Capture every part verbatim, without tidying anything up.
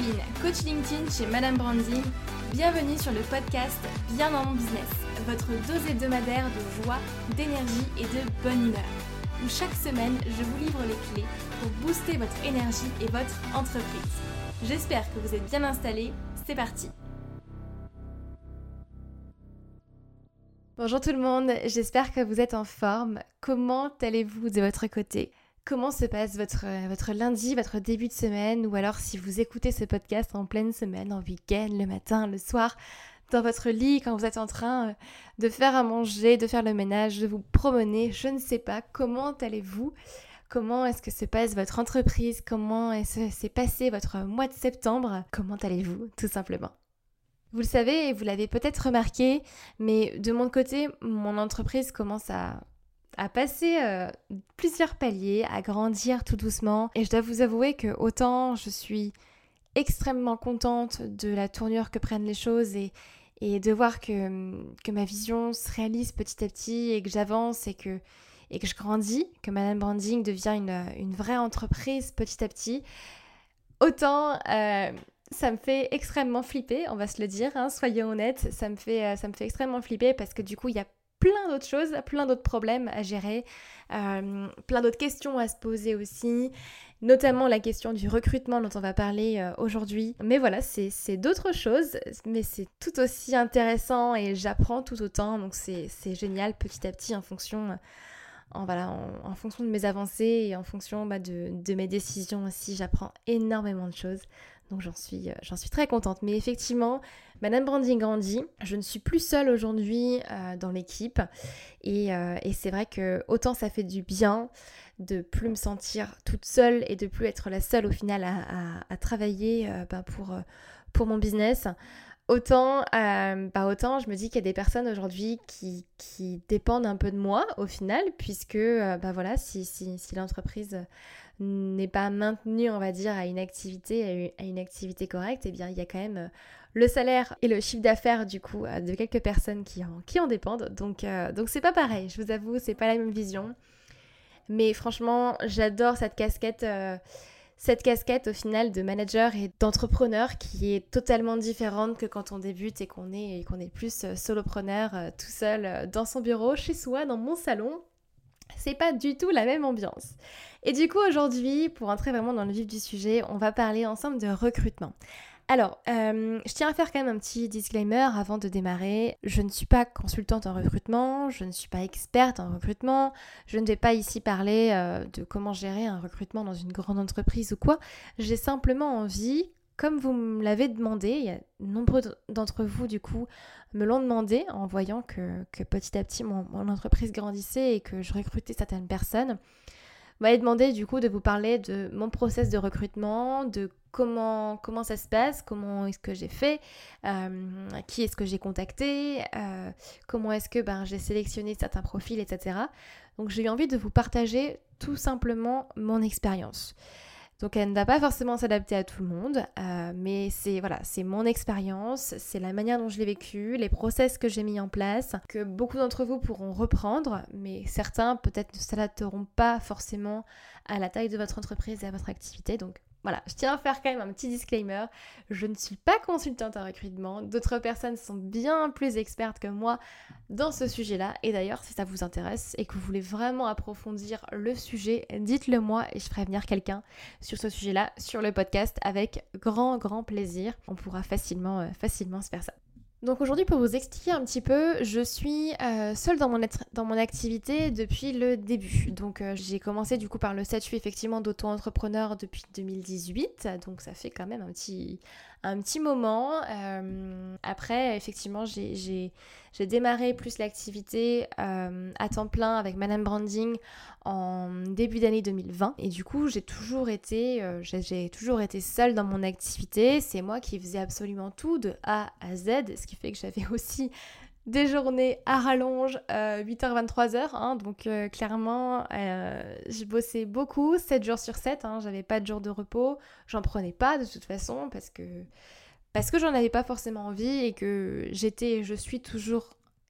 Pauline, coach LinkedIn chez Madame Branding. Bienvenue sur le podcast Bien dans mon business, votre dose hebdomadaire de joie, d'énergie et de bonne humeur, où chaque semaine je vous livre les clés pour booster votre énergie et votre entreprise. J'espère que vous êtes bien installés, c'est parti. Bonjour tout le monde, j'espère que vous êtes en forme. Comment allez-vous de votre côté ? Comment se passe votre, votre lundi, votre début de semaine, ou alors si vous écoutez ce podcast en pleine semaine, en week-end, le matin, le soir, dans votre lit, quand vous êtes en train de faire à manger, de faire le ménage, de vous promener, je ne sais pas, comment allez-vous ? Comment est-ce que se passe votre entreprise ? Comment est-ce que s'est passé votre mois de septembre ? Comment allez-vous, tout simplement ? Vous le savez et vous l'avez peut-être remarqué, mais de mon côté, mon entreprise commence à... à passer euh, plusieurs paliers, à grandir tout doucement. Et je dois vous avouer que autant je suis extrêmement contente de la tournure que prennent les choses et, et de voir que, que ma vision se réalise petit à petit et que j'avance et que, et que je grandis, que Madame Branding devient une, une vraie entreprise petit à petit, autant euh, ça me fait extrêmement flipper, on va se le dire, hein, soyons honnêtes, ça me fait, euh, ça me fait extrêmement flipper parce que du coup il y a plein d'autres choses, plein d'autres problèmes à gérer, euh, plein d'autres questions à se poser aussi, notamment la question du recrutement dont on va parler euh, aujourd'hui. Mais voilà, c'est, c'est d'autres choses, mais c'est tout aussi intéressant et j'apprends tout autant, donc c'est, c'est génial petit à petit en fonction, en, voilà, en, en fonction de mes avancées et en fonction bah, de, de mes décisions aussi, j'apprends énormément de choses. Donc j'en suis, j'en suis très contente. Mais effectivement, Madame Branding grandit. Je ne suis plus seule aujourd'hui euh, dans l'équipe. Et, euh, et c'est vrai que autant ça fait du bien de plus me sentir toute seule et de plus être la seule au final à, à, à travailler euh, bah, pour, pour mon business. Autant, euh, bah autant je me dis qu'il y a des personnes aujourd'hui qui, qui dépendent un peu de moi au final, puisque euh, bah voilà, si, si, si l'entreprise n'est pas maintenue, on va dire, à une activité, à une activité correcte, eh bien il y a quand même le salaire et le chiffre d'affaires du coup de quelques personnes qui en, qui en dépendent. Donc, euh, donc c'est pas pareil, je vous avoue, c'est pas la même vision. Mais franchement, j'adore cette casquette... Euh, Cette casquette au final de manager et d'entrepreneur qui est totalement différente que quand on débute et qu'on est, et qu'on est plus solopreneur euh, tout seul euh, dans son bureau, chez soi, dans mon salon. C'est pas du tout la même ambiance. Et du coup aujourd'hui, pour entrer vraiment dans le vif du sujet, on va parler ensemble de recrutement. Alors, euh, je tiens à faire quand même un petit disclaimer avant de démarrer. Je ne suis pas consultante en recrutement, je ne suis pas experte en recrutement, je ne vais pas ici parler euh, de comment gérer un recrutement dans une grande entreprise ou quoi. J'ai simplement envie, comme vous me l'avez demandé, il y a nombreux d'entre vous du coup me l'ont demandé en voyant que, que petit à petit mon, mon entreprise grandissait et que je recrutais certaines personnes. M'avait demandé du coup de vous parler de mon process de recrutement, de comment, comment ça se passe, comment est-ce que j'ai fait, euh, qui est-ce que j'ai contacté, euh, comment est-ce que ben, j'ai sélectionné certains profils, et cetera. Donc j'ai eu envie de vous partager tout simplement mon expérience. Donc elle ne va pas forcément s'adapter à tout le monde, euh, mais c'est voilà, c'est mon expérience, c'est la manière dont je l'ai vécu, les process que j'ai mis en place, que beaucoup d'entre vous pourront reprendre, mais certains peut-être ne s'adapteront pas forcément à la taille de votre entreprise et à votre activité. Donc voilà, je tiens à faire quand même un petit disclaimer, je ne suis pas consultante en recrutement, d'autres personnes sont bien plus expertes que moi dans ce sujet-là, et d'ailleurs si ça vous intéresse et que vous voulez vraiment approfondir le sujet, dites-le moi et je ferai venir quelqu'un sur ce sujet-là, sur le podcast, avec grand grand plaisir, on pourra facilement, euh, facilement se faire ça. Donc aujourd'hui, pour vous expliquer un petit peu, je suis euh, seule dans mon, être, dans mon activité depuis le début. Donc euh, j'ai commencé du coup par le statut effectivement d'auto-entrepreneur depuis deux mille dix-huit, donc ça fait quand même un petit, un petit moment. Euh, après, effectivement, j'ai, j'ai, j'ai démarré plus l'activité euh, à temps plein avec Madame Branding en début d'année deux mille vingt. Et du coup, j'ai toujours été, euh, j'ai, j'ai toujours été seule dans mon activité. C'est moi qui faisais absolument tout de A à Z, ce qui fait que j'avais aussi des journées à rallonge, euh, huit heures vingt-trois heures, hein, donc euh, clairement, euh, je bossais beaucoup, sept jours sur sept, hein, j'avais pas de jour de repos, j'en prenais pas de toute façon parce que, parce que j'en avais pas forcément envie et que j'étais, je suis toujours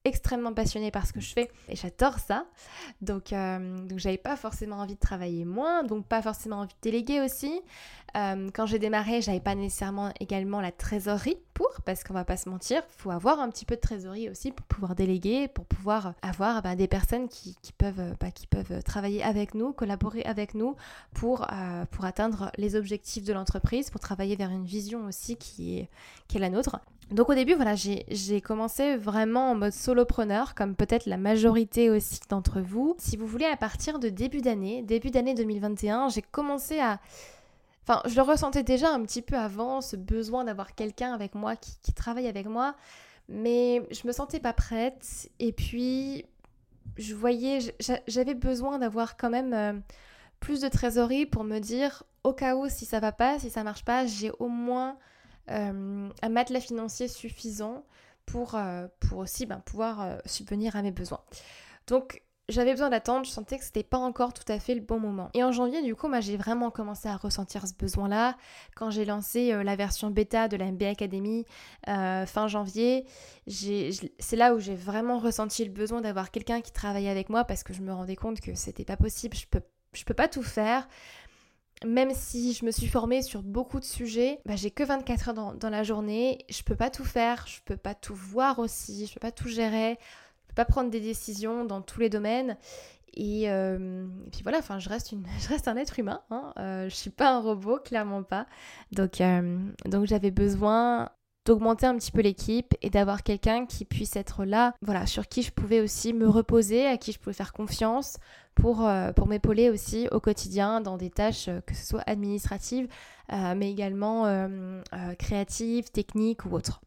extrêmement passionnée par ce que je fais et j'adore ça. Donc, euh, donc j'avais pas forcément envie de travailler moins, donc pas forcément envie de déléguer aussi. Euh, quand j'ai démarré, j'avais pas nécessairement également la trésorerie pour, parce qu'on va pas se mentir, faut avoir un petit peu de trésorerie aussi pour pouvoir déléguer, pour pouvoir avoir bah, des personnes qui, qui, peuvent, bah, qui peuvent travailler avec nous, collaborer avec nous pour, euh, pour atteindre les objectifs de l'entreprise, pour travailler vers une vision aussi qui est, qui est la nôtre. Donc au début, voilà, j'ai, j'ai commencé vraiment en mode solopreneur, comme peut-être la majorité aussi d'entre vous. Si vous voulez, à partir de début d'année, début d'année deux mille vingt et un, j'ai commencé à... Enfin, je le ressentais déjà un petit peu avant, ce besoin d'avoir quelqu'un avec moi qui, qui travaille avec moi, mais je me sentais pas prête. Et puis, je voyais, j'avais besoin d'avoir quand même euh, plus de trésorerie pour me dire, au cas où, si ça va pas, si ça marche pas, j'ai au moins... Euh, un matelas financier suffisant pour, euh, pour aussi ben, pouvoir euh, subvenir à mes besoins. Donc j'avais besoin d'attendre, je sentais que c'était pas encore tout à fait le bon moment. Et en janvier, du coup, moi, j'ai vraiment commencé à ressentir ce besoin-là. Quand j'ai lancé euh, la version bêta de la M B A Academy euh, fin janvier, j'ai, c'est là où j'ai vraiment ressenti le besoin d'avoir quelqu'un qui travaille avec moi parce que je me rendais compte que c'était pas possible, je peux, je peux pas tout faire. Même si je me suis formée sur beaucoup de sujets, bah j'ai que vingt-quatre heures dans, dans la journée, je peux pas tout faire, je peux pas tout voir aussi, je peux pas tout gérer, je peux pas prendre des décisions dans tous les domaines. Et, euh, et puis voilà, enfin je reste une, je reste un être humain, hein, euh, je suis pas un robot, clairement pas. Donc euh, donc j'avais besoin d'augmenter un petit peu l'équipe et d'avoir quelqu'un qui puisse être là, voilà, sur qui je pouvais aussi me reposer, à qui je pouvais faire confiance pour, euh, pour m'épauler aussi au quotidien dans des tâches, euh, que ce soit administratives, euh, mais également euh, euh, créatives, techniques ou autres.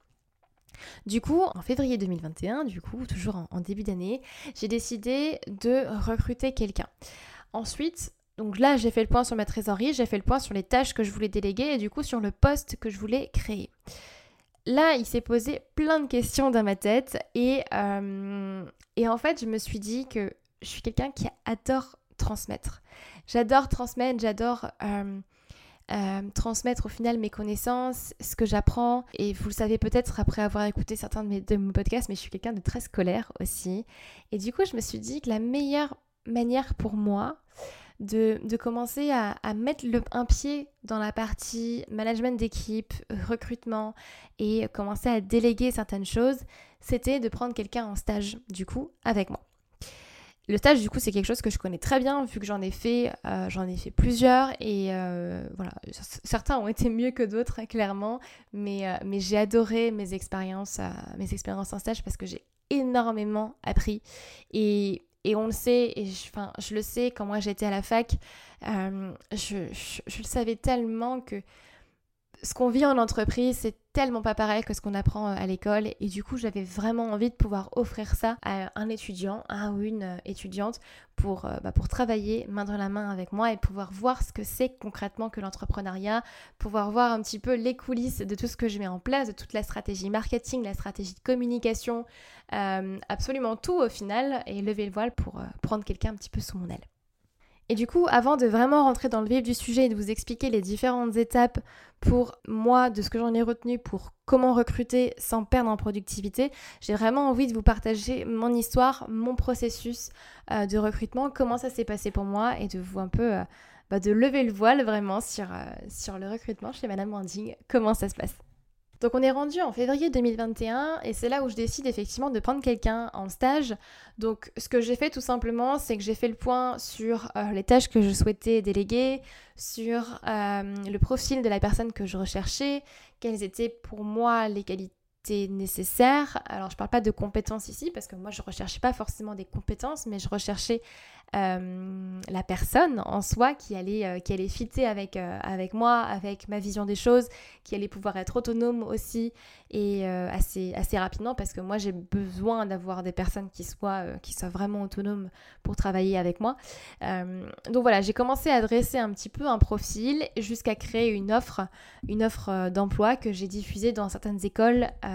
Du coup, en février deux mille vingt et un, du coup, toujours en, en début d'année, j'ai décidé de recruter quelqu'un. Ensuite, donc là, j'ai fait le point sur ma trésorerie, j'ai fait le point sur les tâches que je voulais déléguer et du coup sur le poste que je voulais créer. Là, il s'est posé plein de questions dans ma tête et, euh, et en fait, je me suis dit que je suis quelqu'un qui adore transmettre. J'adore transmettre, j'adore euh, euh, transmettre au final mes connaissances, ce que j'apprends. Et vous le savez peut-être après avoir écouté certains de mes, de mes podcasts, mais je suis quelqu'un de très scolaire aussi. Et du coup, je me suis dit que la meilleure manière pour moi de, de commencer à, à mettre le, un pied dans la partie management d'équipe, recrutement et commencer à déléguer certaines choses, c'était de prendre quelqu'un en stage, du coup, avec moi. Le stage, du coup, c'est quelque chose que je connais très bien, vu que j'en ai fait, euh, j'en ai fait plusieurs, et euh, voilà, certains ont été mieux que d'autres, clairement, mais, euh, mais j'ai adoré mes expériences, euh, mes expériences en stage parce que j'ai énormément appris, et Et on le sait, et je, enfin, je le sais, quand moi j'étais à la fac, euh, je, je, je le savais tellement que ce qu'on vit en entreprise, c'est tellement pas pareil que ce qu'on apprend à l'école. Et du coup, j'avais vraiment envie de pouvoir offrir ça à un étudiant, à un ou une étudiante, pour, euh, bah, pour travailler main dans la main avec moi et pouvoir voir ce que c'est concrètement que l'entrepreneuriat, pouvoir voir un petit peu les coulisses de tout ce que je mets en place, de toute la stratégie marketing, la stratégie de communication, euh, absolument tout au final, et lever le voile pour euh, prendre quelqu'un un petit peu sous mon aile. Et du coup, avant de vraiment rentrer dans le vif du sujet et de vous expliquer les différentes étapes pour moi, de ce que j'en ai retenu pour comment recruter sans perdre en productivité, j'ai vraiment envie de vous partager mon histoire, mon processus euh, de recrutement, comment ça s'est passé pour moi et de vous un peu, euh, bah, de lever le voile vraiment sur, euh, sur le recrutement chez Madame Wanding, comment ça se passe. Donc on est rendu en février deux mille vingt et un et c'est là où je décide effectivement de prendre quelqu'un en stage. Donc ce que j'ai fait tout simplement, c'est que j'ai fait le point sur euh, les tâches que je souhaitais déléguer, sur euh, le profil de la personne que je recherchais, quelles étaient pour moi les qualités nécessaires. Alors je parle pas de compétences ici parce que moi je recherchais pas forcément des compétences, mais je recherchais Euh, la personne en soi qui allait, euh, qui allait fitter avec, euh, avec moi, avec ma vision des choses, qui allait pouvoir être autonome aussi et euh, assez, assez rapidement parce que moi j'ai besoin d'avoir des personnes qui soient, euh, qui soient vraiment autonomes pour travailler avec moi. Euh, donc voilà, j'ai commencé à dresser un petit peu un profil jusqu'à créer une offre, une offre d'emploi que j'ai diffusée dans certaines écoles euh,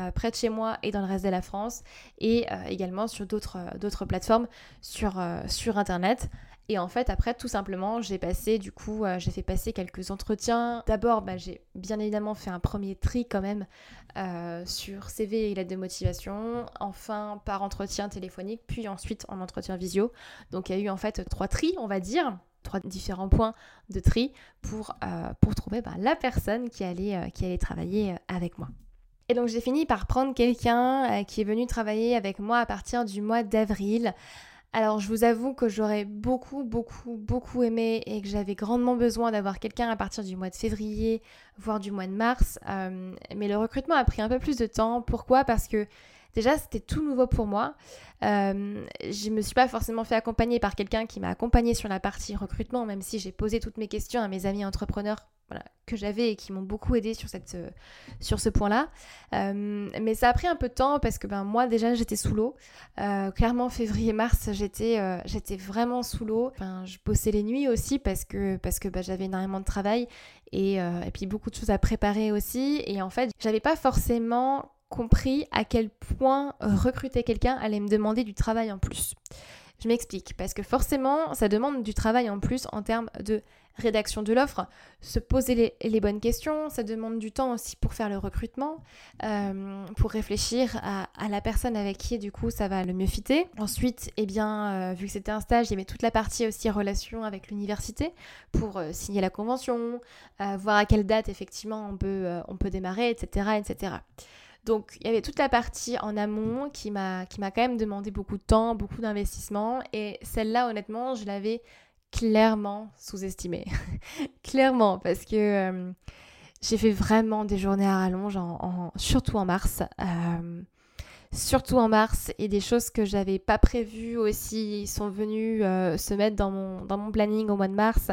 euh, près de chez moi et dans le reste de la France, et euh, également sur d'autres, euh, d'autres plateformes sur, euh, sur Internet. Et en fait, après, tout simplement, j'ai passé, du coup, euh, j'ai fait passer quelques entretiens. D'abord, bah, j'ai bien évidemment fait un premier tri quand même euh, sur C V et lettre de motivation. Enfin, par entretien téléphonique, puis ensuite en entretien visio. Donc, il y a eu en fait trois tris, on va dire, trois différents points de tri pour, euh, pour trouver bah, la personne qui allait, euh, qui allait travailler euh, avec moi. Et donc, j'ai fini par prendre quelqu'un euh, qui est venu travailler avec moi à partir du mois d'avril. Alors je vous avoue que j'aurais beaucoup, beaucoup, beaucoup aimé et que j'avais grandement besoin d'avoir quelqu'un à partir du mois de février, voire du mois de mars. Euh, mais le recrutement a pris un peu plus de temps. Pourquoi ? Parce que déjà c'était tout nouveau pour moi. Euh, je ne me suis pas forcément fait accompagner par quelqu'un qui m'a accompagnée sur la partie recrutement, même si j'ai posé toutes mes questions à mes amis entrepreneurs voilà, que j'avais et qui m'ont beaucoup aidé sur, cette, euh, sur ce point-là. Euh, mais ça a pris un peu de temps parce que ben, moi déjà j'étais sous l'eau. Euh, clairement février-mars j'étais, euh, j'étais vraiment sous l'eau. Enfin, je bossais les nuits aussi parce que, parce que ben, j'avais énormément de travail et, euh, et puis beaucoup de choses à préparer aussi. Et en fait j'avais pas forcément compris à quel point recruter quelqu'un allait me demander du travail en plus. Je m'explique, parce que forcément, ça demande du travail en plus en termes de rédaction de l'offre, se poser les, les bonnes questions, ça demande du temps aussi pour faire le recrutement, euh, pour réfléchir à, à la personne avec qui du coup ça va le mieux fitter. Ensuite, eh bien, euh, vu que c'était un stage, il y avait toute la partie aussi relation avec l'université pour euh, signer la convention, euh, voir à quelle date effectivement on peut, euh, on peut démarrer, et cetera, et cetera. Donc il y avait toute la partie en amont qui m'a, qui m'a quand même demandé beaucoup de temps, beaucoup d'investissement et celle-là honnêtement je l'avais clairement sous-estimée. Clairement parce que euh, j'ai fait vraiment des journées à rallonge, en, en, surtout en mars. Euh, surtout en mars et des choses que j'avais pas prévues aussi sont venues euh, se mettre dans mon, dans mon planning au mois de mars.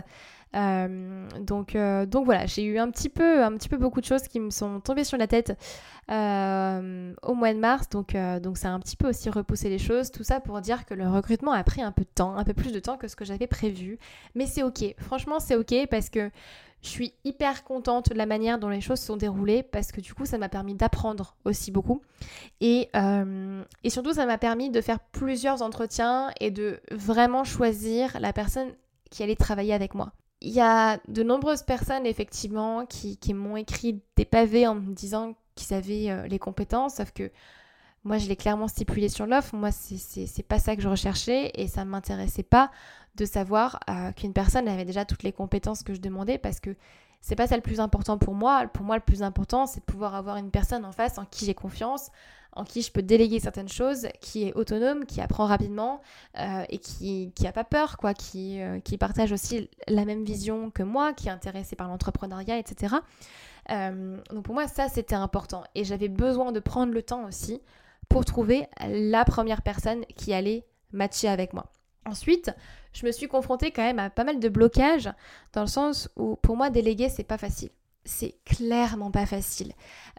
Euh, donc, euh, donc voilà, j'ai eu un petit peu, un petit peu beaucoup de choses qui me sont tombées sur la tête euh, au mois de mars, donc, euh, donc ça a un petit peu aussi repoussé les choses, tout ça pour dire que le recrutement a pris un peu de temps, un peu plus de temps que ce que j'avais prévu, mais c'est ok, franchement c'est ok parce que je suis hyper contente de la manière dont les choses se sont déroulées parce que du coup ça m'a permis d'apprendre aussi beaucoup et, euh, et surtout ça m'a permis de faire plusieurs entretiens et de vraiment choisir la personne qui allait travailler avec moi. Il y a de nombreuses personnes, effectivement, qui, qui m'ont écrit des pavés en me disant qu'ils avaient euh, les compétences, sauf que moi, je l'ai clairement stipulé sur l'offre. Moi, c'est, c'est, c'est pas ça que je recherchais et ça ne m'intéressait pas de savoir euh, qu'une personne avait déjà toutes les compétences que je demandais parce que c'est pas ça le plus important pour moi. Pour moi, le plus important, c'est de pouvoir avoir une personne en face en qui j'ai confiance, en qui je peux déléguer certaines choses, qui est autonome, qui apprend rapidement euh, et qui qui a pas peur, quoi, qui, euh, qui partage aussi la même vision que moi, qui est intéressé par l'entrepreneuriat, et cetera. Euh, donc pour moi, ça, c'était important. Et j'avais besoin de prendre le temps aussi pour trouver la première personne qui allait matcher avec moi. Ensuite, je me suis confrontée quand même à pas mal de blocages dans le sens où pour moi déléguer c'est pas facile. C'est clairement pas facile.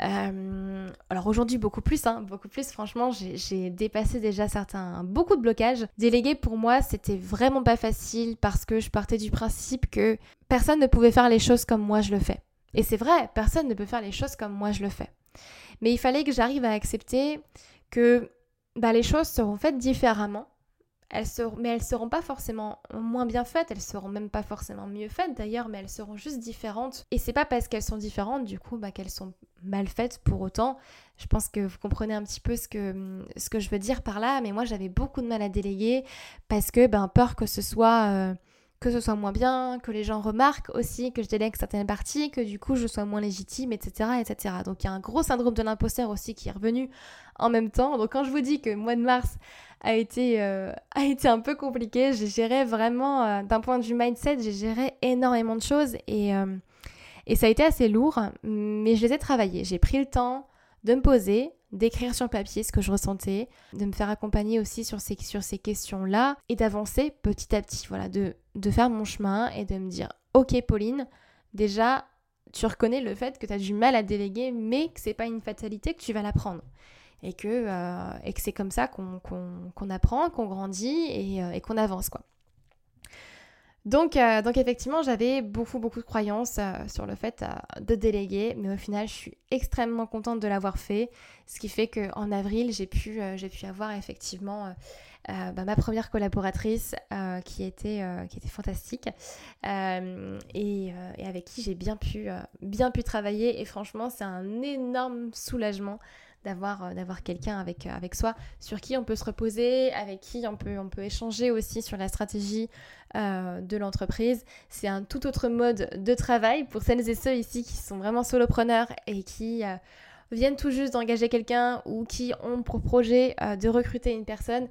Euh, alors aujourd'hui beaucoup plus, hein, beaucoup plus. Franchement, j'ai, j'ai dépassé déjà certains, beaucoup de blocages. Déléguer pour moi c'était vraiment pas facile parce que je partais du principe que personne ne pouvait faire les choses comme moi je le fais. Et c'est vrai, personne ne peut faire les choses comme moi je le fais. Mais il fallait que j'arrive à accepter que bah, les choses seront faites différemment. Elles seront, mais elles ne seront pas forcément moins bien faites, elles seront même pas forcément mieux faites d'ailleurs, mais elles seront juste différentes. Et c'est pas parce qu'elles sont différentes du coup bah, qu'elles sont mal faites pour autant. Je pense que vous comprenez un petit peu ce que, ce que je veux dire par là, mais moi j'avais beaucoup de mal à déléguer parce que ben, peur que ce soit... Euh, que ce soit moins bien, que les gens remarquent aussi que je délègue certaines parties, que du coup je sois moins légitime, et cetera, et cetera. Donc il y a un gros syndrome de l'imposteur aussi qui est revenu en même temps. Donc quand je vous dis que le mois de mars a été, euh, a été un peu compliqué, j'ai géré vraiment, euh, d'un point de vue mindset, j'ai géré énormément de choses et, euh, et ça a été assez lourd, mais je les ai travaillées. J'ai pris le temps de me poser, d'écrire sur papier ce que je ressentais, de me faire accompagner aussi sur ces, sur ces questions-là et d'avancer petit à petit, voilà, de, de faire mon chemin et de me dire « Ok Pauline, déjà tu reconnais le fait que tu as du mal à déléguer mais que c'est pas une fatalité, que tu vas l'apprendre. » Et que, euh, et que c'est comme ça qu'on, qu'on, qu'on apprend, qu'on grandit et, euh, et qu'on avance, quoi. Donc, euh, donc effectivement, j'avais beaucoup, beaucoup de croyances euh, sur le fait euh, de déléguer, mais au final, je suis extrêmement contente de l'avoir fait, ce qui fait qu'en avril, j'ai pu, euh, j'ai pu avoir effectivement euh, euh, bah, ma première collaboratrice euh, qui, était, euh, qui était fantastique euh, et, euh, et avec qui j'ai bien pu, euh, bien pu travailler. Et franchement, c'est un énorme soulagement d'avoir, euh, d'avoir quelqu'un avec, euh, avec soi sur qui on peut se reposer, avec qui on peut, on peut échanger aussi sur la stratégie euh, de l'entreprise. C'est un tout autre mode de travail pour celles et ceux ici qui sont vraiment solopreneurs et qui euh, viennent tout juste d'engager quelqu'un ou qui ont pour projet euh, de recruter une personne.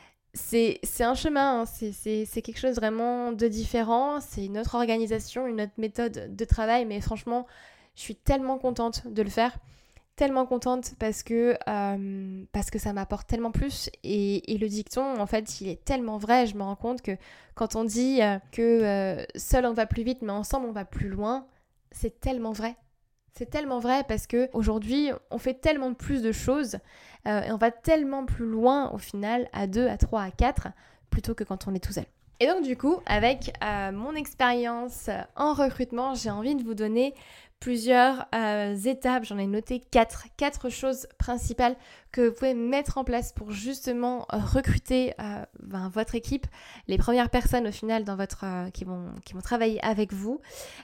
C'est, c'est un chemin, hein. c'est, c'est, c'est quelque chose vraiment de différent, c'est une autre organisation, une autre méthode de travail, mais franchement, je suis tellement contente de le faire. Tellement contente parce que, euh, parce que ça m'apporte tellement plus et, et le dicton en fait il est tellement vrai. Je me rends compte que quand on dit euh, que euh, seul on va plus vite mais ensemble on va plus loin, c'est tellement vrai. C'est tellement vrai parce que aujourd'hui on fait tellement plus de choses euh, et on va tellement plus loin au final à deux, à trois, à quatre plutôt que quand on est tout seul. Et donc du coup, avec euh, mon expérience en recrutement, j'ai envie de vous donner plusieurs euh, étapes. J'en ai noté quatre, quatre choses principales que vous pouvez mettre en place pour justement euh, recruter euh, ben, votre équipe, les premières personnes au final dans votre, euh, qui, vont, qui vont travailler avec vous,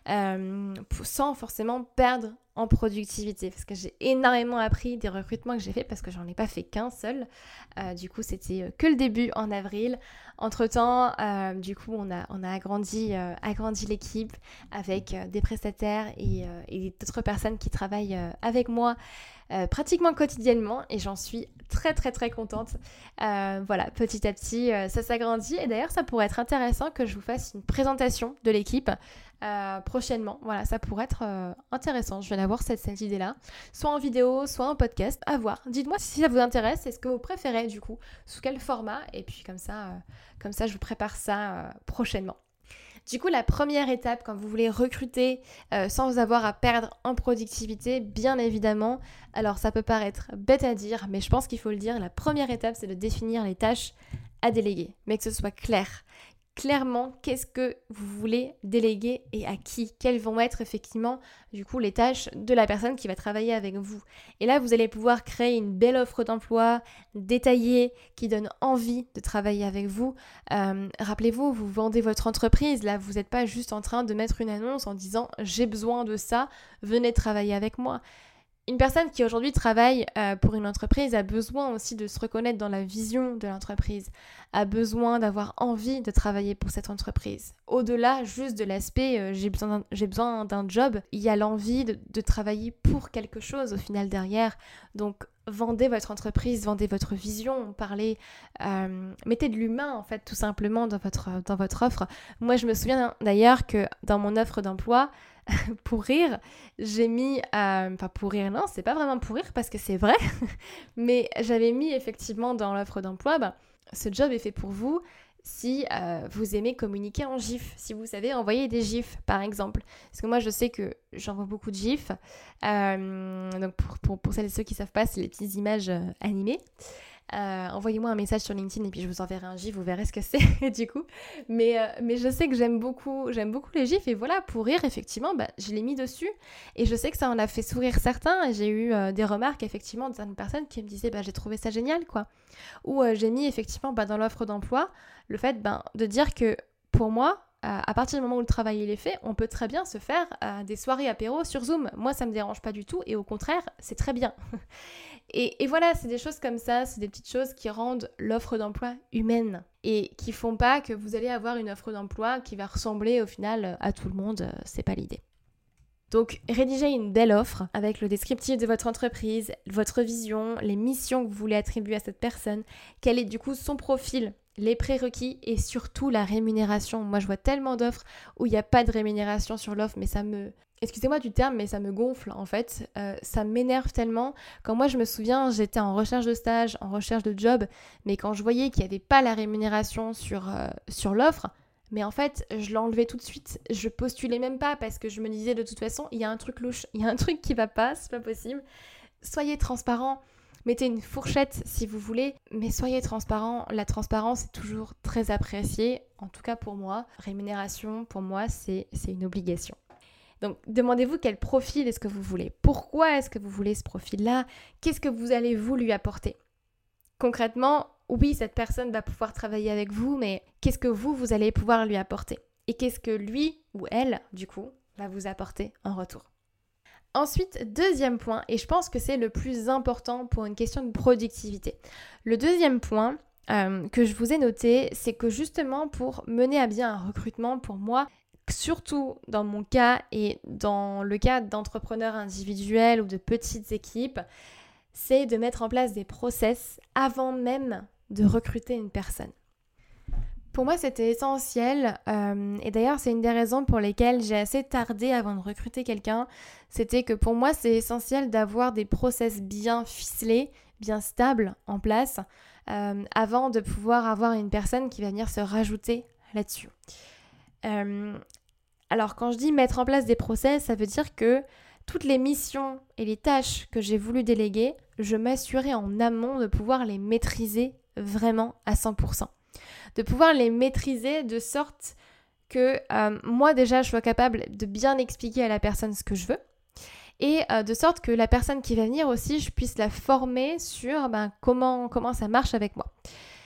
euh, pour, sans forcément perdre en productivité, parce que j'ai énormément appris des recrutements que j'ai fait parce que j'en ai pas fait qu'un seul. Euh, du coup, c'était que le début en avril. Entre-temps, euh, du coup, on a, on a agrandi, euh, agrandi l'équipe avec euh, des prestataires et, euh, et d'autres personnes qui travaillent euh, avec moi euh, pratiquement quotidiennement et j'en suis très très très contente. Euh, voilà, petit à petit, euh, ça s'agrandit et d'ailleurs, ça pourrait être intéressant que je vous fasse une présentation de l'équipe Euh, prochainement. Voilà, ça pourrait être euh, intéressant. Je viens d'avoir cette, cette idée-là, soit en vidéo, soit en podcast, à voir. Dites-moi si ça vous intéresse, est-ce que vous préférez du coup, sous quel format, et puis comme ça, euh, comme ça je vous prépare ça euh, prochainement. Du coup, la première étape quand vous voulez recruter euh, sans avoir à perdre en productivité, bien évidemment, alors ça peut paraître bête à dire, mais je pense qu'il faut le dire, la première étape c'est de définir les tâches à déléguer, mais que ce soit clair. Clairement, qu'est-ce que vous voulez déléguer et à qui? Quelles vont être effectivement du coup les tâches de la personne qui va travailler avec vous? Et là, vous allez pouvoir créer une belle offre d'emploi détaillée qui donne envie de travailler avec vous. Euh, rappelez-vous, vous vendez votre entreprise. Là, vous n'êtes pas juste en train de mettre une annonce en disant « j'ai besoin de ça, venez travailler avec moi ». Une personne qui aujourd'hui travaille euh, pour une entreprise a besoin aussi de se reconnaître dans la vision de l'entreprise, a besoin d'avoir envie de travailler pour cette entreprise. Au-delà juste de l'aspect euh, j'ai besoin d'un, j'ai besoin d'un job, il y a l'envie de, de travailler pour quelque chose au final derrière. Donc vendez votre entreprise, vendez votre vision, parlez, euh, mettez de l'humain en fait tout simplement dans votre, dans votre offre. Moi je me souviens d'ailleurs que dans mon offre d'emploi, pour rire, j'ai mis, euh, enfin pour rire non, c'est pas vraiment pour rire parce que c'est vrai, mais j'avais mis effectivement dans l'offre d'emploi, bah, ce job est fait pour vous si euh, vous aimez communiquer en gif, si vous savez envoyer des gifs par exemple. Parce que moi je sais que j'envoie beaucoup de gifs, euh, donc pour, pour, pour celles et ceux qui savent pas, c'est les petites images euh, animées. Euh, envoyez-moi un message sur LinkedIn et puis je vous enverrai un gif, vous verrez ce que c'est du coup. Mais, euh, mais je sais que j'aime beaucoup, j'aime beaucoup les gifs et voilà, pour rire, effectivement, bah, je l'ai mis dessus et je sais que ça en a fait sourire certains et j'ai eu euh, des remarques effectivement de certaines personnes qui me disaient bah, j'ai trouvé ça génial quoi. Ou euh, j'ai mis effectivement bah, dans l'offre d'emploi le fait bah, de dire que pour moi, à partir du moment où le travail il est fait, on peut très bien se faire euh, des soirées apéro sur Zoom. Moi, ça me dérange pas du tout et au contraire, c'est très bien. et, et voilà, c'est des choses comme ça, c'est des petites choses qui rendent l'offre d'emploi humaine et qui font pas que vous allez avoir une offre d'emploi qui va ressembler au final à tout le monde. C'est pas l'idée. Donc, rédigez une belle offre avec le descriptif de votre entreprise, votre vision, les missions que vous voulez attribuer à cette personne, quel est du coup son profil, les prérequis et surtout la rémunération. Moi, je vois tellement d'offres où il n'y a pas de rémunération sur l'offre, mais ça me... Excusez-moi du terme, mais ça me gonfle en fait. Euh, ça m'énerve tellement. Quand moi, je me souviens, j'étais en recherche de stage, en recherche de job, mais quand je voyais qu'il n'y avait pas la rémunération sur, euh, sur l'offre, mais en fait, je l'enlevais tout de suite. Je postulais même pas parce que je me disais de toute façon, il y a un truc louche, il y a un truc qui va pas, c'est pas possible. Soyez transparent. Mettez une fourchette si vous voulez, mais soyez transparent. La transparence est toujours très appréciée, en tout cas pour moi. Rémunération, pour moi, c'est, c'est une obligation. Donc, demandez-vous quel profil est-ce que vous voulez. Pourquoi est-ce que vous voulez ce profil-là? Qu'est-ce que vous allez vous lui apporter? Concrètement, oui, cette personne va pouvoir travailler avec vous, mais qu'est-ce que vous, vous allez pouvoir lui apporter? Et qu'est-ce que lui ou elle, du coup, va vous apporter en retour? Ensuite, deuxième point, et je pense que c'est le plus important pour une question de productivité. Le deuxième point euh, que je vous ai noté, c'est que justement pour mener à bien un recrutement, pour moi, surtout dans mon cas et dans le cas d'entrepreneurs individuels ou de petites équipes, c'est de mettre en place des process avant même de recruter une personne. Pour moi, c'était essentiel euh, et d'ailleurs, c'est une des raisons pour lesquelles j'ai assez tardé avant de recruter quelqu'un. C'était que pour moi, c'est essentiel d'avoir des process bien ficelés, bien stables en place euh, avant de pouvoir avoir une personne qui va venir se rajouter là-dessus. Euh, alors, quand je dis mettre en place des process, ça veut dire que toutes les missions et les tâches que j'ai voulu déléguer, je m'assurais en amont de pouvoir les maîtriser vraiment à cent pour cent. De pouvoir les maîtriser de sorte que euh, moi déjà je sois capable de bien expliquer à la personne ce que je veux et euh, de sorte que la personne qui va venir aussi, je puisse la former sur ben, comment, comment ça marche avec moi.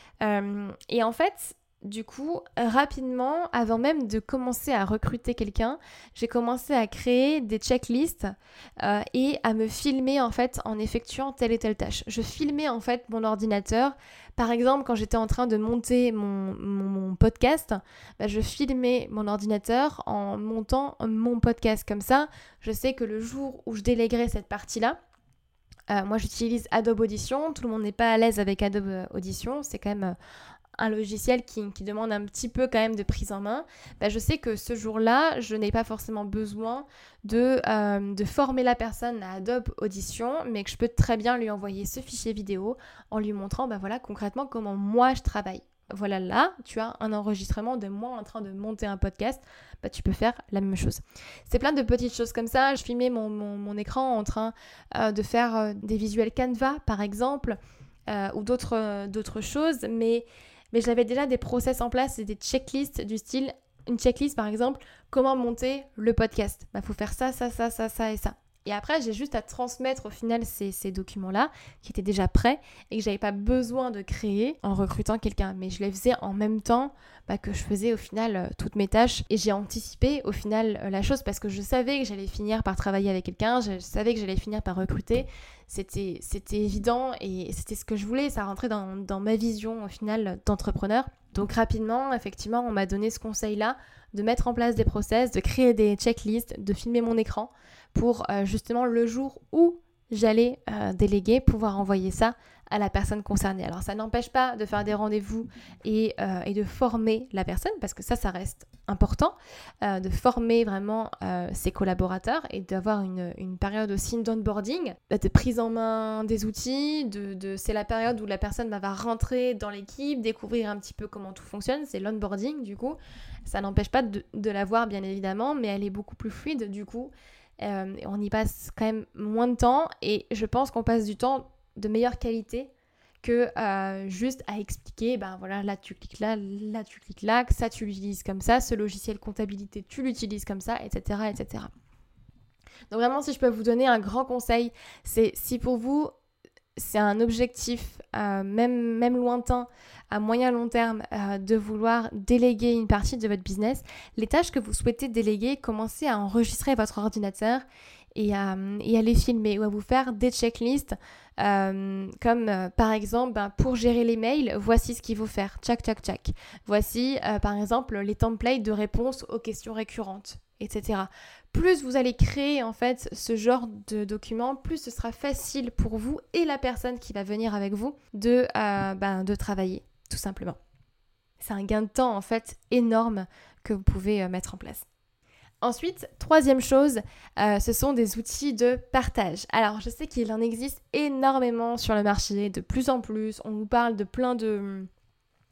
Euh, et en fait, du coup, rapidement, avant même de commencer à recruter quelqu'un, j'ai commencé à créer des checklists euh, et à me filmer en fait en effectuant telle et telle tâche. Je filmais en fait mon ordinateur. Par exemple, quand j'étais en train de monter mon, mon, mon podcast, bah, je filmais mon ordinateur en montant mon podcast. Comme ça, je sais que le jour où je déléguerai cette partie-là, euh, moi j'utilise Adobe Audition. Tout le monde n'est pas à l'aise avec Adobe Audition. C'est quand même... Euh, un logiciel qui, qui demande un petit peu quand même de prise en main, bah je sais que ce jour-là, je n'ai pas forcément besoin de, euh, de former la personne à Adobe Audition, mais que je peux très bien lui envoyer ce fichier vidéo en lui montrant bah voilà, concrètement comment moi je travaille. Voilà, là, tu as un enregistrement de moi en train de monter un podcast, bah tu peux faire la même chose. C'est plein de petites choses comme ça. Je filmais mon, mon, mon écran en train euh, de faire euh, des visuels Canva, par exemple, euh, ou d'autres, euh, d'autres choses, mais... Mais j'avais déjà des process en place et des checklists du style, une checklist par exemple, comment monter le podcast. Bah, faut faire ça, ça, ça, ça, ça et ça. Et après, j'ai juste à transmettre au final ces, ces documents-là qui étaient déjà prêts et que j'avais pas besoin de créer en recrutant quelqu'un. Mais je les faisais en même temps bah, que je faisais au final euh, toutes mes tâches. Et j'ai anticipé au final euh, la chose parce que je savais que j'allais finir par travailler avec quelqu'un, je savais que j'allais finir par recruter. C'était, c'était évident et c'était ce que je voulais. Ça rentrait dans, dans ma vision au final d'entrepreneur. Donc rapidement, effectivement, on m'a donné ce conseil-là de mettre en place des process, de créer des checklists, de filmer mon écran pour euh, justement le jour où j'allais euh, déléguer, pouvoir envoyer ça à la personne concernée. Alors ça n'empêche pas de faire des rendez-vous et, euh, et de former la personne, parce que ça, ça reste important, euh, de former vraiment euh, ses collaborateurs et d'avoir une, une période aussi d'onboarding, de prise en main des outils, de, de, c'est la période où la personne bah, va rentrer dans l'équipe, découvrir un petit peu comment tout fonctionne, c'est l'onboarding du coup. Ça n'empêche pas de, de la voir bien évidemment, mais elle est beaucoup plus fluide du coup. Euh, on y passe quand même moins de temps et je pense qu'on passe du temps de meilleure qualité que euh, juste à expliquer, ben voilà, là tu cliques là, là tu cliques là, ça tu l'utilises comme ça, ce logiciel comptabilité tu l'utilises comme ça, et cetera, et cetera. Donc vraiment, si je peux vous donner un grand conseil, c'est si pour vous c'est un objectif, euh, même, même lointain, à moyen long terme, euh, de vouloir déléguer une partie de votre business, les tâches que vous souhaitez déléguer, commencez à enregistrer votre ordinateur et à, et à les filmer ou à vous faire des checklists euh, comme euh, par exemple ben, pour gérer les mails, voici ce qu'il faut faire, tchac tchac tchac. Voici euh, par exemple les templates de réponse aux questions récurrentes, et cetera. Plus vous allez créer en fait ce genre de documents, plus ce sera facile pour vous et la personne qui va venir avec vous de, euh, ben, de travailler, tout simplement. C'est un gain de temps en fait énorme que vous pouvez euh, mettre en place. Ensuite, troisième chose, euh, ce sont des outils de partage. Alors, je sais qu'il en existe énormément sur le marché, de plus en plus. On nous parle de plein de,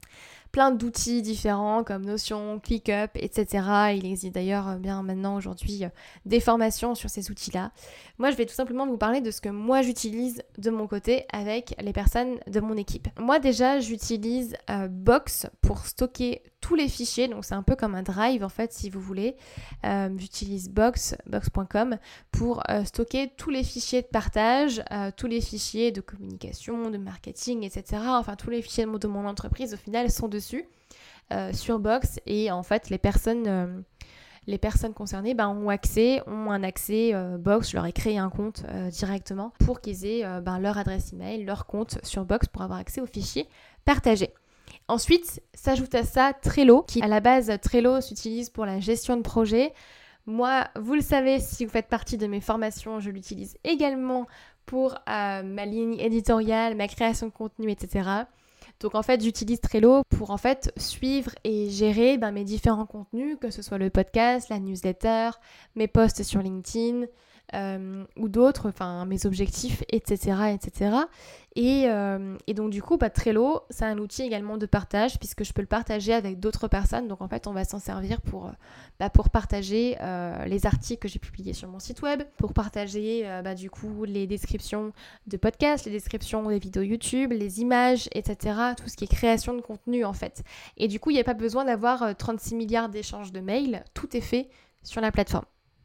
plein d'outils différents comme Notion, ClickUp, et cetera. Il existe d'ailleurs bien maintenant aujourd'hui des formations sur ces outils-là. Moi, je vais tout simplement vous parler de ce que moi j'utilise de mon côté avec les personnes de mon équipe. Moi déjà, j'utilise euh, Box pour stocker tous les fichiers, donc c'est un peu comme un drive en fait si vous voulez. Euh, j'utilise Box, box point com pour euh, stocker tous les fichiers de partage, euh, tous les fichiers de communication, de marketing, et cetera. Enfin tous les fichiers de mon, de mon entreprise au final sont dessus euh, sur Box et en fait les personnes... Euh, les personnes concernées ben, ont accès, ont un accès euh, Box. Je leur ai créé un compte euh, directement pour qu'ils aient euh, ben, leur adresse email, leur compte sur Box pour avoir accès aux fichiers partagés. Ensuite, s'ajoute à ça Trello, qui à la base Trello s'utilise pour la gestion de projet. Moi, vous le savez, si vous faites partie de mes formations, je l'utilise également pour euh, ma ligne éditoriale, ma création de contenu, et cetera. Donc en fait, j'utilise Trello pour en fait suivre et gérer ben, mes différents contenus, que ce soit le podcast, la newsletter, mes posts sur LinkedIn euh, ou d'autres, enfin mes objectifs, et cetera, et cetera. Et, euh, et donc du coup, bah, Trello, c'est un outil également de partage puisque je peux le partager avec d'autres personnes. Donc en fait, on va s'en servir pour, bah, pour partager euh, les articles que j'ai publiés sur mon site web, pour partager euh, bah, du coup les descriptions de podcasts, les descriptions des vidéos YouTube, les images, et cetera. Tout ce qui est création de contenu en fait. Et du coup, il n'y a pas besoin d'avoir trente-six milliards d'échanges de mails. Tout est fait sur la plateforme.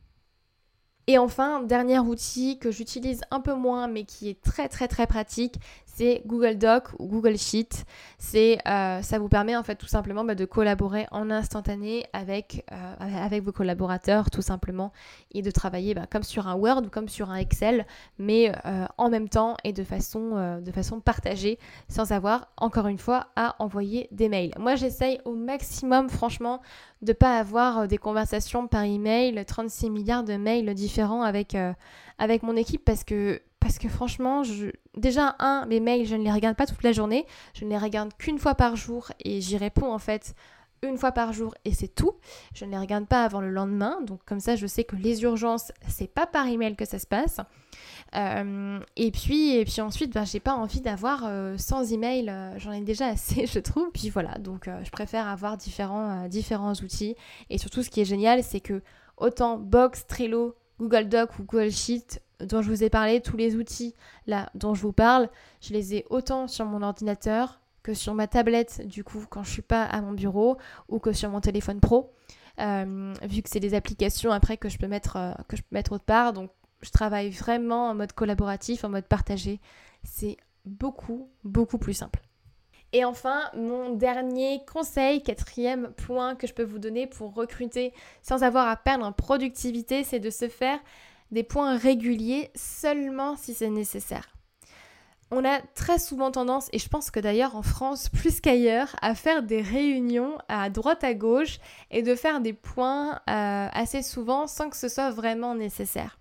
Et enfin, dernier outil que j'utilise un peu moins mais qui est très très très pratique, c'est Google Doc ou Google Sheet. C'est, euh, ça vous permet en fait tout simplement bah, de collaborer en instantané avec, euh, avec vos collaborateurs tout simplement et de travailler bah, comme sur un Word ou comme sur un Excel mais euh, en même temps et de façon, euh, de façon partagée sans avoir encore une fois à envoyer des mails. Moi j'essaye au maximum franchement de ne pas avoir des conversations par email, trente-six milliards de mails différents avec, euh, avec mon équipe parce que, parce que franchement, je... déjà, un, mes mails, je ne les regarde pas toute la journée, je ne les regarde qu'une fois par jour et j'y réponds en fait une fois par jour et c'est tout. Je ne les regarde pas avant le lendemain, donc comme ça, je sais que les urgences, c'est pas par email que ça se passe. Euh, et puis et puis ensuite ben, j'ai pas envie d'avoir euh, cent emails, euh, j'en ai déjà assez je trouve, puis voilà donc euh, je préfère avoir différents, euh, différents outils et surtout ce qui est génial c'est que autant Box, Trello, Google Doc ou Google Sheet dont je vous ai parlé, tous les outils là dont je vous parle, je les ai autant sur mon ordinateur que sur ma tablette du coup quand je suis pas à mon bureau ou que sur mon téléphone pro euh, vu que c'est des applications après que je peux mettre, euh, que je peux mettre autre part donc je travaille vraiment en mode collaboratif, en mode partagé. C'est beaucoup, beaucoup plus simple. Et enfin, mon dernier conseil, quatrième point que je peux vous donner pour recruter sans avoir à perdre en productivité, c'est de se faire des points réguliers seulement si c'est nécessaire. On a très souvent tendance, et je pense que d'ailleurs en France plus qu'ailleurs, à faire des réunions à droite à gauche et de faire des points euh, assez souvent sans que ce soit vraiment nécessaire.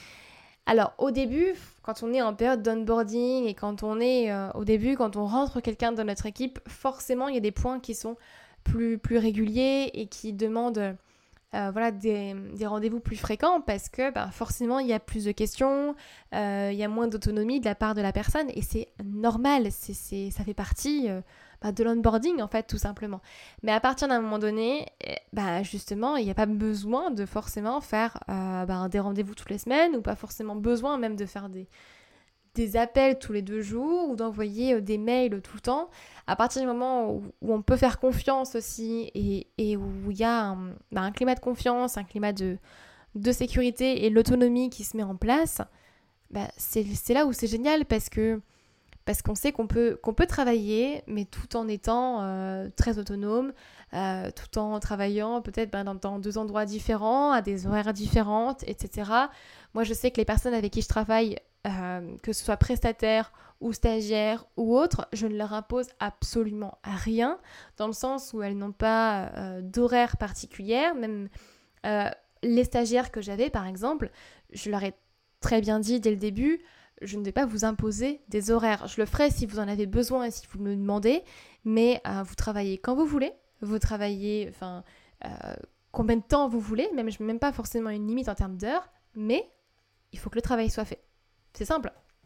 Alors au début, quand on est en période d'onboarding et quand on est euh, au début, quand on rentre quelqu'un dans notre équipe, forcément il y a des points qui sont plus, plus réguliers et qui demandent euh, voilà, des, des rendez-vous plus fréquents parce que bah, forcément il y a plus de questions, euh, il y a moins d'autonomie de la part de la personne et c'est normal, c'est, c'est, ça fait partie euh, bah, de l'onboarding en fait tout simplement. Mais à partir d'un moment donné, bah, justement il n'y a pas besoin de forcément faire euh, bah, des rendez-vous toutes les semaines ou pas forcément besoin même de faire des, des appels tous les deux jours ou d'envoyer des mails tout le temps. À partir du moment où, où on peut faire confiance aussi et, et où il y a un, bah, un climat de confiance, un climat de, de sécurité et l'autonomie qui se met en place, bah, c'est, c'est là où c'est génial parce que parce qu'on sait qu'on peut, qu'on peut travailler, mais tout en étant euh, très autonome, euh, tout en travaillant peut-être ben, dans, dans deux endroits différents, à des horaires différentes, et cetera. Moi, je sais que les personnes avec qui je travaille, euh, que ce soit prestataires ou stagiaires ou autres, je ne leur impose absolument rien, dans le sens où elles n'ont pas euh, d'horaire particulière. Même euh, les stagiaires que j'avais, par exemple, je leur ai très bien dit dès le début, je ne vais pas vous imposer des horaires. Je le ferai si vous en avez besoin et si vous me demandez, mais euh, vous travaillez quand vous voulez, vous travaillez enfin, euh, combien de temps vous voulez, même je n'ai même pas forcément une limite en termes d'heures, mais il faut que le travail soit fait. C'est simple.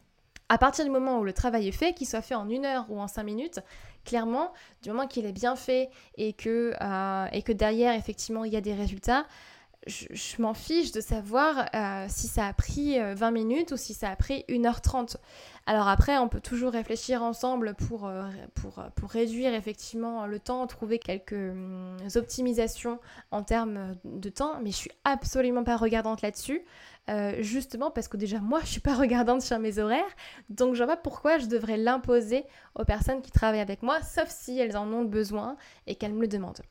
À partir du moment où le travail est fait, qu'il soit fait en une heure ou en cinq minutes, clairement, du moment qu'il est bien fait et que, euh, et que derrière, effectivement, il y a des résultats, je, je m'en fiche de savoir euh, si ça a pris vingt minutes ou si ça a pris une heure trente. Alors après, on peut toujours réfléchir ensemble pour, euh, pour, pour réduire effectivement le temps, trouver quelques hum, optimisations en termes de temps, mais je suis absolument pas regardante là-dessus, euh, justement parce que déjà moi, je suis pas regardante sur mes horaires, donc je vois pas pourquoi je devrais l'imposer aux personnes qui travaillent avec moi, sauf si elles en ont besoin et qu'elles me le demandent.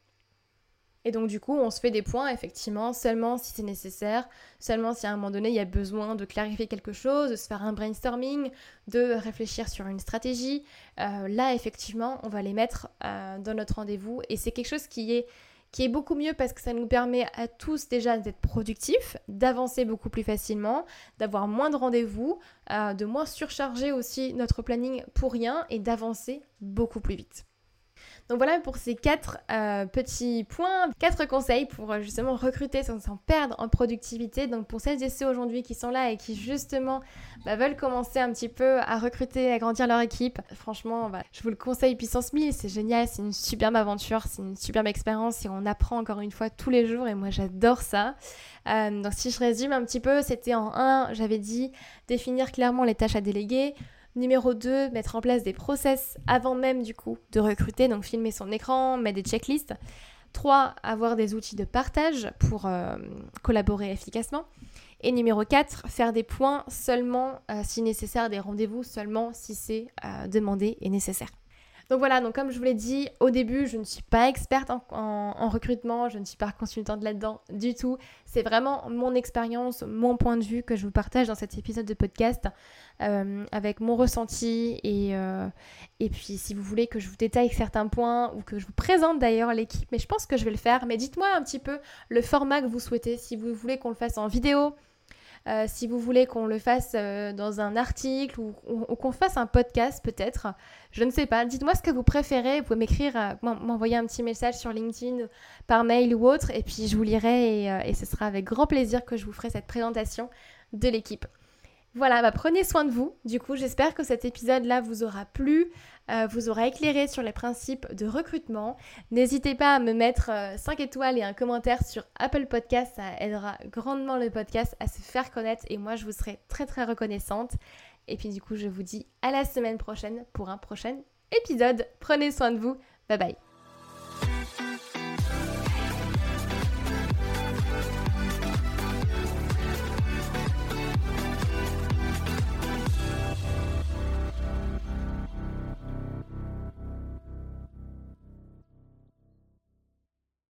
Et donc du coup, on se fait des points, effectivement, seulement si c'est nécessaire, seulement si à un moment donné, il y a besoin de clarifier quelque chose, de se faire un brainstorming, de réfléchir sur une stratégie. Euh, là, effectivement, on va les mettre euh, dans notre rendez-vous. Et c'est quelque chose qui est, qui est beaucoup mieux parce que ça nous permet à tous déjà d'être productifs, d'avancer beaucoup plus facilement, d'avoir moins de rendez-vous, euh, de moins surcharger aussi notre planning pour rien et d'avancer beaucoup plus vite. Donc voilà pour ces quatre euh, petits points, quatre conseils pour euh, justement recruter sans s'en perdre en productivité. Donc pour celles et ceux aujourd'hui qui sont là et qui justement bah, veulent commencer un petit peu à recruter, à grandir leur équipe, franchement, bah, je vous le conseille puissance mille, c'est génial, c'est une superbe aventure, c'est une superbe expérience et on apprend encore une fois tous les jours et moi j'adore ça. Euh, donc si je résume un petit peu, c'était en un, j'avais dit définir clairement les tâches à déléguer. Numéro deux, mettre en place des process avant même du coup de recruter, donc filmer son écran, mettre des checklists. trois, avoir des outils de partage pour euh, collaborer efficacement. Et numéro quatre, faire des points seulement euh, si nécessaire, des rendez-vous seulement si c'est euh, demandé et nécessaire. Donc voilà, donc comme je vous l'ai dit au début, je ne suis pas experte en, en, en recrutement, je ne suis pas consultante là-dedans du tout. C'est vraiment mon expérience, mon point de vue que je vous partage dans cet épisode de podcast euh, avec mon ressenti et, euh, et puis si vous voulez que je vous détaille certains points ou que je vous présente d'ailleurs l'équipe, mais je pense que je vais le faire. Mais dites-moi un petit peu le format que vous souhaitez, si vous voulez qu'on le fasse en vidéo, Euh, si vous voulez qu'on le fasse euh, dans un article ou, ou, ou qu'on fasse un podcast peut-être, je ne sais pas. Dites-moi ce que vous préférez. Vous pouvez m'écrire, euh, m'envoyer un petit message sur LinkedIn, par mail ou autre, et puis je vous lirai et, euh, et ce sera avec grand plaisir que je vous ferai cette présentation de l'équipe. Voilà, bah prenez soin de vous. Du coup, j'espère que cet épisode-là vous aura plu, euh, vous aura éclairé sur les principes de recrutement. N'hésitez pas à me mettre euh, cinq étoiles et un commentaire sur Apple Podcast. Ça aidera grandement le podcast à se faire connaître et moi, je vous serai très très reconnaissante. Et puis du coup, je vous dis à la semaine prochaine pour un prochain épisode. Prenez soin de vous. Bye bye.